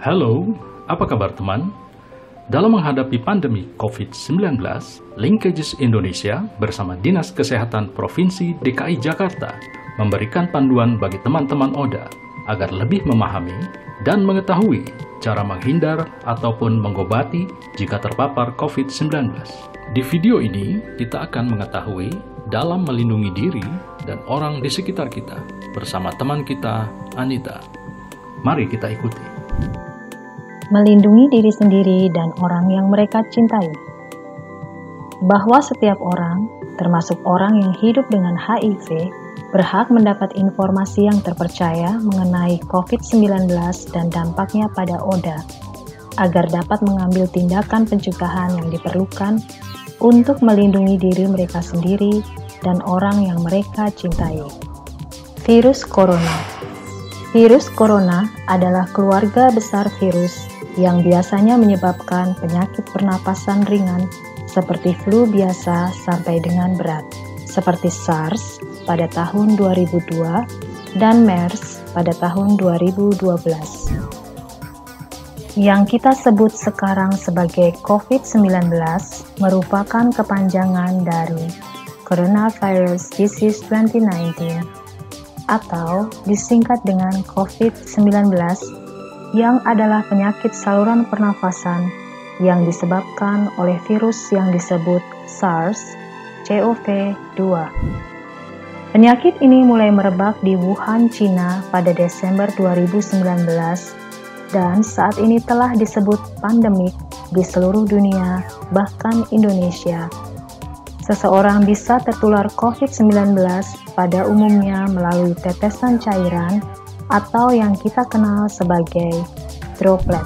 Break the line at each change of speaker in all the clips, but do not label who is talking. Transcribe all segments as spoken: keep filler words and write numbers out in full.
Halo, apa kabar teman? Dalam menghadapi pandemi covid sembilan belas, Linkages Indonesia bersama Dinas Kesehatan Provinsi D K I Jakarta memberikan panduan bagi teman-teman ODA agar lebih memahami dan mengetahui cara menghindar ataupun mengobati jika terpapar covid sembilan belas. Di video ini, kita akan mengetahui dalam melindungi diri dan orang di sekitar kita bersama teman kita, Anita. Mari kita ikuti.
Melindungi diri sendiri dan orang yang mereka cintai. Bahwa setiap orang, termasuk orang yang hidup dengan H I V, berhak mendapat informasi yang terpercaya mengenai covid sembilan belas dan dampaknya pada ODA, agar dapat mengambil tindakan pencegahan yang diperlukan untuk melindungi diri mereka sendiri dan orang yang mereka cintai. Virus Corona. Virus Corona adalah keluarga besar virus yang biasanya menyebabkan penyakit pernapasan ringan seperti flu biasa sampai dengan berat, seperti SARS pada tahun dua ribu dua dan MERS pada tahun dua ribu dua belas. Yang kita sebut sekarang sebagai covid sembilan belas merupakan kepanjangan dari Coronavirus Disease dua ribu sembilan belas atau disingkat dengan covid sembilan belas, yang adalah penyakit saluran pernafasan yang disebabkan oleh virus yang disebut SARS-C o V dua. Penyakit ini mulai merebak di Wuhan, Cina pada Desember dua ribu sembilan belas dan saat ini telah disebut pandemik di seluruh dunia, bahkan Indonesia. Seseorang bisa tertular covid sembilan belas pada umumnya melalui tetesan cairan atau yang kita kenal sebagai droplet.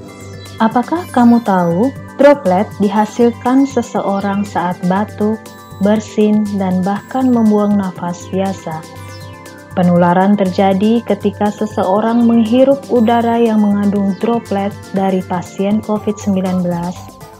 Apakah kamu tahu, droplet dihasilkan seseorang saat batuk, bersin, dan bahkan membuang nafas biasa. Penularan terjadi ketika seseorang menghirup udara yang mengandung droplet dari pasien covid sembilan belas,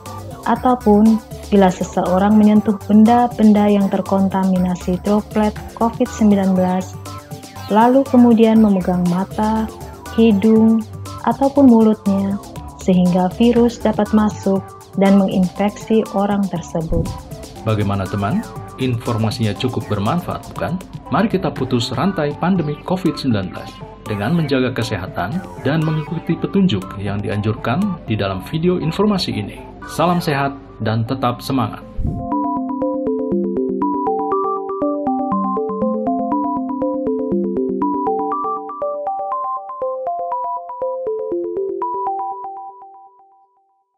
ataupun bila seseorang menyentuh benda-benda yang terkontaminasi droplet covid sembilan belas, lalu kemudian memegang mata, hidung, ataupun mulutnya, sehingga virus dapat masuk dan menginfeksi orang tersebut.
Bagaimana teman? Informasinya cukup bermanfaat, bukan? Mari kita putus rantai pandemi covid sembilan belas dengan menjaga kesehatan dan mengikuti petunjuk yang dianjurkan di dalam video informasi ini. Salam sehat dan tetap semangat!